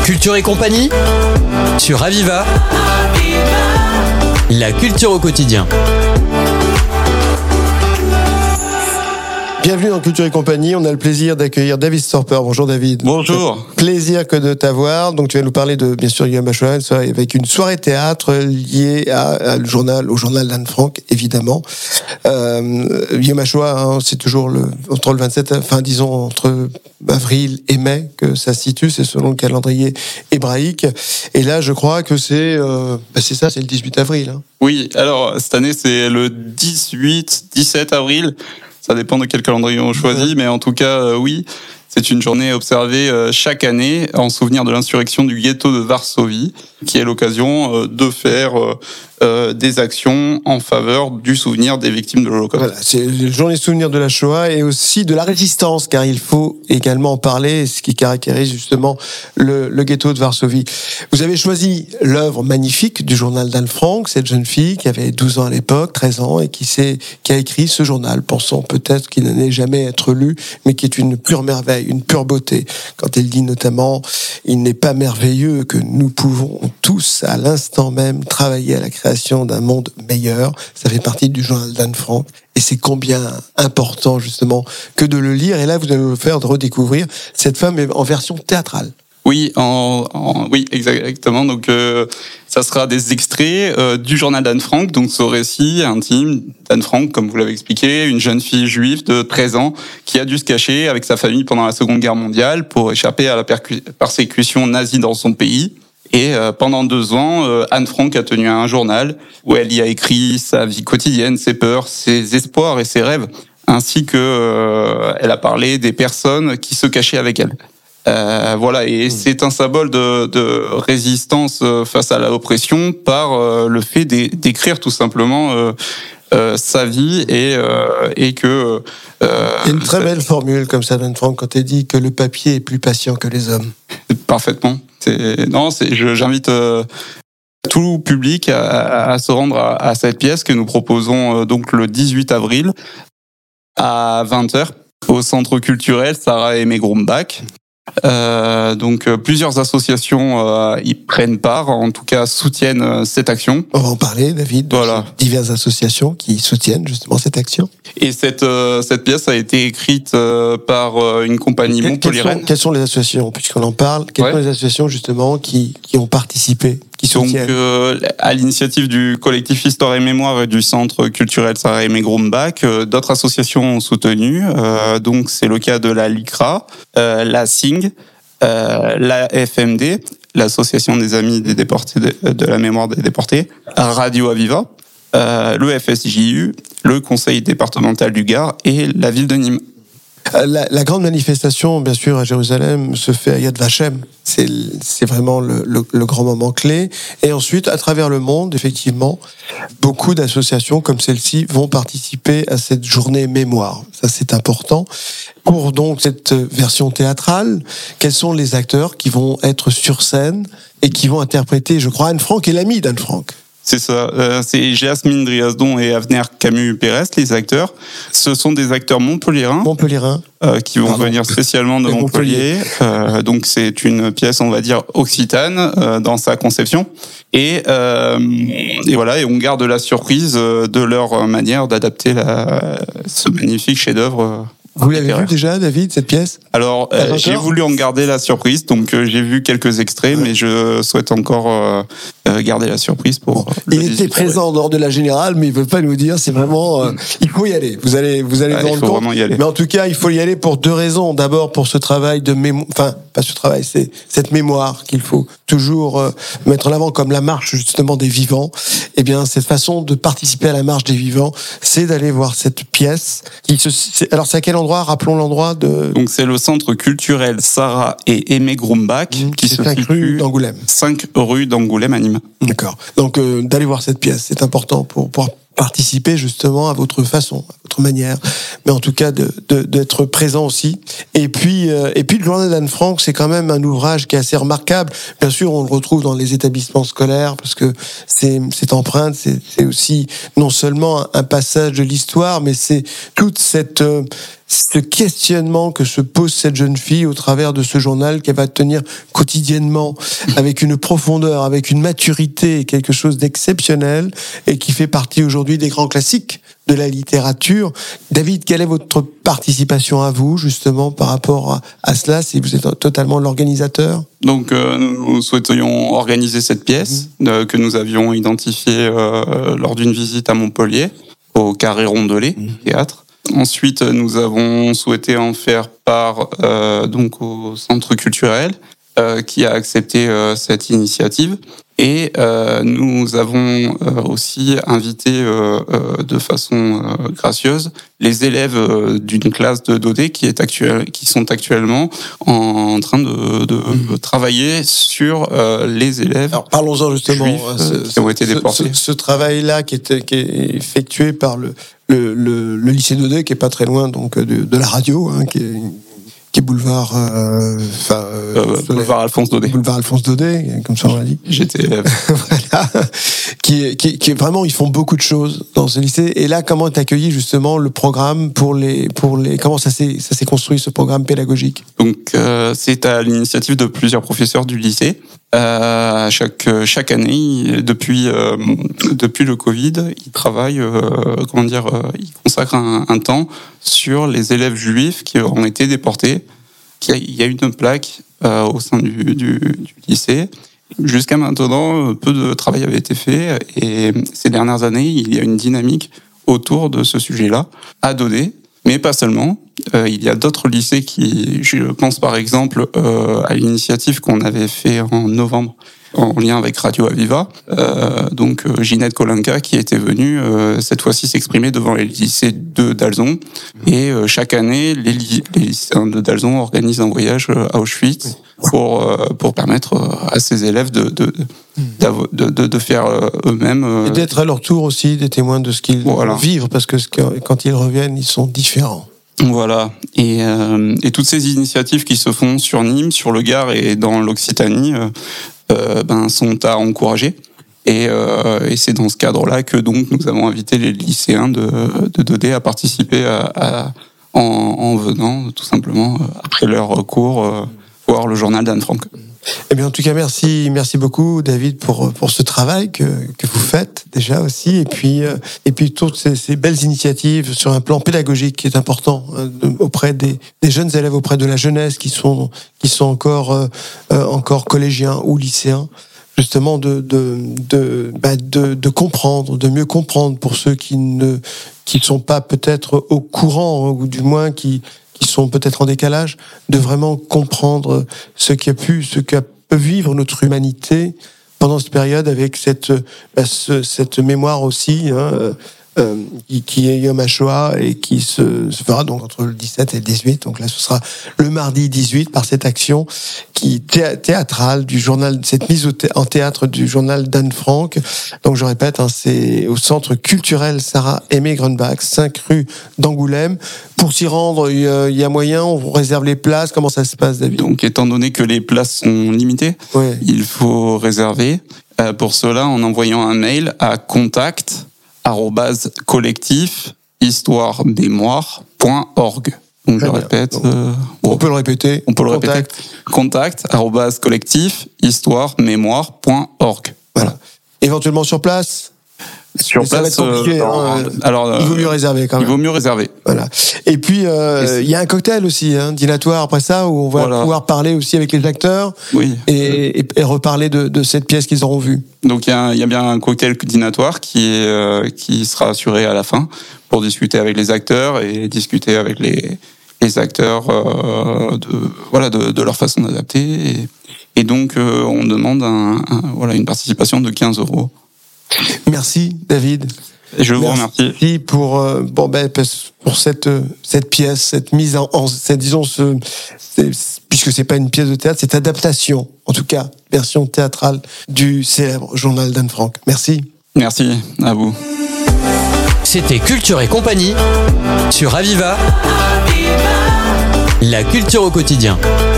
Culture et compagnie sur Aviva. La culture au quotidien. Bienvenue dans Culture et compagnie. On a le plaisir d'accueillir David Storper. Bonjour David. Bonjour. Plaisir que de t'avoir. Donc tu vas nous parler de, bien sûr, Guillaume Achoa, avec une soirée théâtre liée au journal d'Anne Frank, évidemment. Guillaume Achoa, c'est toujours entre le 27, entre avril et mai que ça se situe. C'est selon le calendrier hébraïque. Et là, je crois que c'est le 18 avril. Hein. Oui, alors cette année, c'est le 17 avril. Ça dépend de quel calendrier on choisit, mais en tout cas, oui, c'est une journée observée chaque année en souvenir de l'insurrection du ghetto de Varsovie, qui est l'occasion de faire des actions en faveur du souvenir des victimes de l'Holocauste. Voilà, c'est la journée souvenir de la Shoah et aussi de la résistance, car il faut également en parler, ce qui caractérise justement le ghetto de Varsovie. Vous avez choisi l'œuvre magnifique du journal d'Anne Frank, cette jeune fille qui avait 12 ans à l'époque, 13 ans, et qui a écrit ce journal, pensant peut-être qu'il n'allait jamais être lu, mais qui est une pure merveille, une pure beauté. Quand elle dit notamment « Il n'est pas merveilleux que nous pouvons tous, à l'instant même, travailler à la création d'un monde meilleur », ça fait partie du journal d'Anne Frank. Et c'est combien important, justement, que de le lire. Et là, vous allez nous faire redécouvrir cette femme en version théâtrale. Oui, oui, exactement. Donc, ça sera des extraits du journal d'Anne Frank, donc ce récit intime d'Anne Frank, comme vous l'avez expliqué, une jeune fille juive de 13 ans qui a dû se cacher avec sa famille pendant la Seconde Guerre mondiale pour échapper à la persécution nazie dans son pays. Et pendant 2 ans, Anne Frank a tenu un journal où elle y a écrit sa vie quotidienne, ses peurs, ses espoirs et ses rêves, ainsi que elle a parlé des personnes qui se cachaient avec elle. Voilà, et c'est un symbole de résistance face à l'oppression par le fait d'écrire tout simplement sa vie et que... Il y a une très belle formule comme ça d'Anne Frank quand elle dit que le papier est plus patient que les hommes. Parfaitement. J'invite tout public à se rendre à cette pièce que nous proposons donc le 18 avril à 20h au Centre culturel Sarah Aimé Grumbach. Donc plusieurs associations y prennent part, en tout cas soutiennent cette action. On va en parler, David. Voilà. Diverses associations qui soutiennent justement cette action. Et cette pièce a été écrite par une compagnie montpelliéraine. Quelles sont les associations, puisqu'on en parle? Quelles sont les associations justement qui ont participé, qui soutiennent? Donc, à l'initiative du collectif Histoire et Mémoire et du Centre culturel Sarah Aimé Grumbach, d'autres associations ont soutenu. Donc, c'est le cas de la LICRA, la SING, la FMD, l'Association des Amis des Déportés de la Mémoire des Déportés, Radio Aviva, le FSJU, le Conseil départemental du Gard et la ville de Nîmes. La grande manifestation, bien sûr, à Jérusalem, se fait à Yad Vashem. C'est vraiment le grand moment clé. Et ensuite, à travers le monde, effectivement, beaucoup d'associations comme celle-ci vont participer à cette journée mémoire. Ça, c'est important. Pour donc cette version théâtrale, quels sont les acteurs qui vont être sur scène et qui vont interpréter, je crois, Anne Frank et l'ami d'Anne Frank? C'est ça, c'est Jasmine Driasdon et Avner Camus-Pérez, les acteurs. Ce sont des acteurs montpelliérains qui vont venir spécialement de Montpellier. Donc c'est une pièce, on va dire, occitane dans sa conception. Et voilà, et on garde la surprise de leur manière d'adapter ce magnifique chef-d'œuvre. Vous l'avez vu déjà, David, cette pièce? Alors, j'ai voulu en garder la surprise, donc j'ai vu quelques extraits, mais je souhaite encore garder la surprise pour... Il était présent lors de la générale, mais il ne veut pas nous dire, c'est vraiment... il faut y aller, vous allez vous rendre compte. Vraiment y aller. Mais en tout cas, il faut y aller pour 2 raisons. D'abord, pour ce travail de mémoire... Enfin, pas ce travail, c'est cette mémoire qu'il faut toujours mettre en avant comme la marche, justement, des vivants. Eh bien, cette façon de participer à la marche des vivants, c'est d'aller voir cette pièce. Alors, c'est à quel endroit? Rappelons l'endroit de... Donc c'est le centre culturel Sarah et Aimé Grumbach qui se situe 5 rue d'Angoulême à Nîmes. D'accord. Donc d'aller voir cette pièce, c'est important pour pouvoir participer justement à votre façon, à votre manière, mais en tout cas d'être présent aussi. Et puis le journal d'Anne Frank, c'est quand même un ouvrage qui est assez remarquable. Bien sûr, on le retrouve dans les établissements scolaires parce que c'est empreinte, c'est aussi non seulement un passage de l'histoire, mais c'est toute cette ce questionnement que se pose cette jeune fille au travers de ce journal qu'elle va tenir quotidiennement avec une profondeur, avec une maturité, quelque chose d'exceptionnel et qui fait partie aujourd'hui des grands classiques de la littérature. David, quelle est votre participation à vous, justement, par rapport à cela, si vous êtes totalement l'organisateur? Donc, nous souhaitions organiser cette pièce que nous avions identifiée lors d'une visite à Montpellier, au Carré Rondelet, théâtre. Ensuite, nous avons souhaité en faire part donc au centre culturel qui a accepté cette initiative. Et nous avons aussi invité de façon gracieuse les élèves d'une classe de Daudet qui sont actuellement en train de travailler sur les élèves. Alors parlons-en justement. Juifs, qui ont été déportés. Ce travail-là qui est effectué par le lycée Daudet, qui est pas très loin donc de la radio, hein, qui est boulevard boulevard Alphonse Daudet. Boulevard Alphonse Daudet, comme ça on l'a dit. J'étais élève. Voilà. Qui est vraiment, ils font beaucoup de choses dans ce lycée. Et là, comment est accueilli justement le programme pour les comment ça s'est construit, ce programme pédagogique? Donc c'est à l'initiative de plusieurs professeurs du lycée. Chaque année, depuis le Covid, ils travaillent, ils consacrent un temps sur les élèves juifs qui auront été déportés. Il y a une plaque au sein du lycée. Jusqu'à maintenant, peu de travail avait été fait, et ces dernières années, il y a une dynamique autour de ce sujet-là, à Daudet, mais pas seulement. Il y a d'autres lycées je pense par exemple à l'initiative qu'on avait fait en novembre en lien avec Radio Aviva, donc Ginette Kolinka qui était venue cette fois-ci s'exprimer devant les lycées de Dalzon, et chaque année les lycéens de Dalzon organisent un voyage à Auschwitz pour permettre à ces élèves de faire eux-mêmes et d'être à leur tour aussi des témoins de ce qu'ils vivent, parce que quand ils reviennent, ils sont différents. Voilà, et toutes ces initiatives qui se font sur Nîmes, sur le Gard et dans l'Occitanie sont à encourager. Et c'est dans ce cadre-là que donc nous avons invité les lycéens de Daudet à participer en venant tout simplement après leur cours voir le journal d'Anne Frank. Eh bien, en tout cas, merci beaucoup, David, pour ce travail que vous faites déjà aussi, et puis toutes ces belles initiatives sur un plan pédagogique qui est important auprès des jeunes élèves, auprès de la jeunesse qui sont encore collégiens ou lycéens, justement de comprendre, de mieux comprendre pour ceux qui ne sont pas peut-être au courant, ou du moins qui sont peut-être en décalage, de vraiment comprendre ce qu'a pu vivre notre humanité pendant cette période, avec cette mémoire aussi, qui est Yom HaShoah, et qui se fera donc entre le 17 et le 18. Donc là, ce sera le mardi 18, par cette action théâtrale du journal, cette mise en théâtre du journal d'Anne Frank. Donc je répète, c'est au centre culturel Sarah Aimé Grunbach, 5 rue d'Angoulême. Pour s'y rendre, il y a moyen, on réserve les places. Comment ça se passe, David? Donc, étant donné que les places sont limitées, il faut réserver. Pour cela, en envoyant un mail à contact@collectif-histoire-mémoire.org. Donc, je répète. On peut le répéter. Contact@collectif-histoire-mémoire.org. Voilà. Éventuellement sur place. Sur place, ça va être compliqué. Alors, il vaut mieux réserver quand même. Il vaut mieux réserver. Voilà. Et puis, il y a un cocktail aussi, dînatoire après ça, où on va pouvoir parler aussi avec les acteurs, et reparler de cette pièce qu'ils auront vue. Donc il y a bien un cocktail dînatoire qui sera assuré à la fin pour discuter avec les acteurs et discuter avec les acteurs de leur façon d'adapter. Et donc on demande une participation de 15 €. Merci, David. Et je vous remercie. Merci pour cette pièce, cette mise puisque c'est pas une pièce de théâtre, cette adaptation, en tout cas, version théâtrale du célèbre journal d'Anne Frank. Merci. Merci à vous. C'était Culture et compagnie sur Aviva. La culture au quotidien.